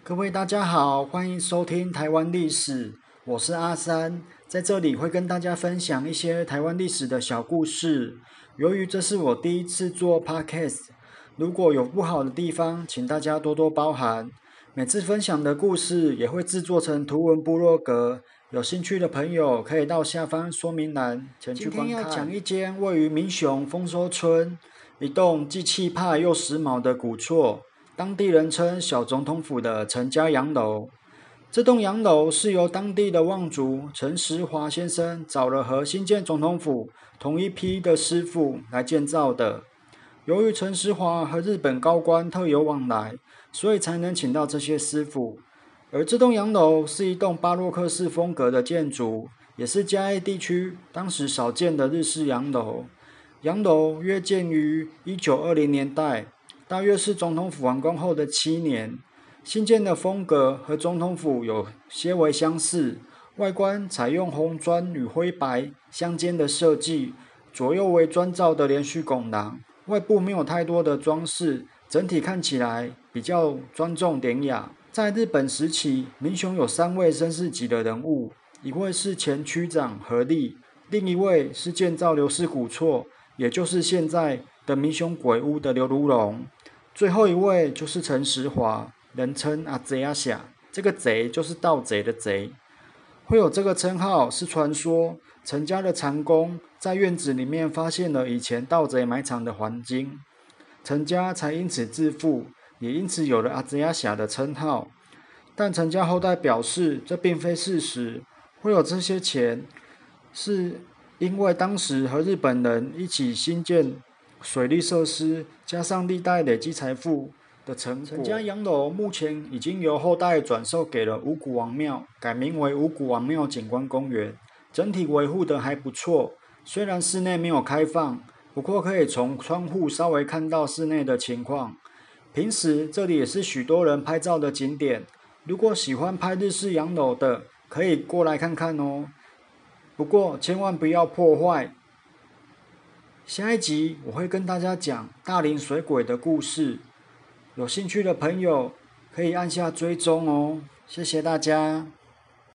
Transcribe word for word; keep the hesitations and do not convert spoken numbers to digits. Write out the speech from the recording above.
各位大家好，欢迎收听台湾历史，我是阿三，在这里会跟大家分享一些台湾历史的小故事。由于这是我第一次做 podcast， 如果有不好的地方，请大家多多包涵。每次分享的故事也会制作成图文部落格，有兴趣的朋友可以到下方说明栏前去观看。今天要讲一间位于民雄丰收村，一栋既气派又时髦的古厝。当地人称小总统府的陈家洋楼。这栋洋楼是由当地的望族陈时华先生找了和新建总统府同一批的师傅来建造的。由于陈时华和日本高官特有往来，所以才能请到这些师傅。而这栋洋楼是一栋巴洛克式风格的建筑，也是嘉义地区当时少见的日式洋楼。洋楼约建于一九二零年代。大约是总统府完工后的七年，新建的风格和总统府有些微相似，外观采用红砖与灰白相间的设计，左右为砖造的连续拱廊，外部没有太多的装饰，整体看起来比较庄重典雅。在日本时期，民雄有三位绅士级的人物，一位是前区长何立，另一位是建造刘氏古厝，也就是现在的民雄鬼屋的刘如龙。最后一位就是陈时华，人称阿贼阿侠，这个贼就是盗贼的贼。会有这个称号是传说陈家的长工在院子里面发现了以前盗贼埋藏的黄金，陈家才因此致富，也因此有了阿贼阿侠的称号。但陈家后代表示这并非事实，会有这些钱是因为当时和日本人一起兴建水利设施，加上历代累积财富的成果。陈家洋楼目前已经由后代转售给了五谷王庙，改名为五谷王庙景观公园，整体维护的还不错。虽然室内没有开放，不过可以从窗户稍微看到室内的情况。平时这里也是许多人拍照的景点，如果喜欢拍日式洋楼的，可以过来看看哦。不过千万不要破坏。下一集我会跟大家讲大林水鬼的故事，有兴趣的朋友可以按下追踪哦，谢谢大家。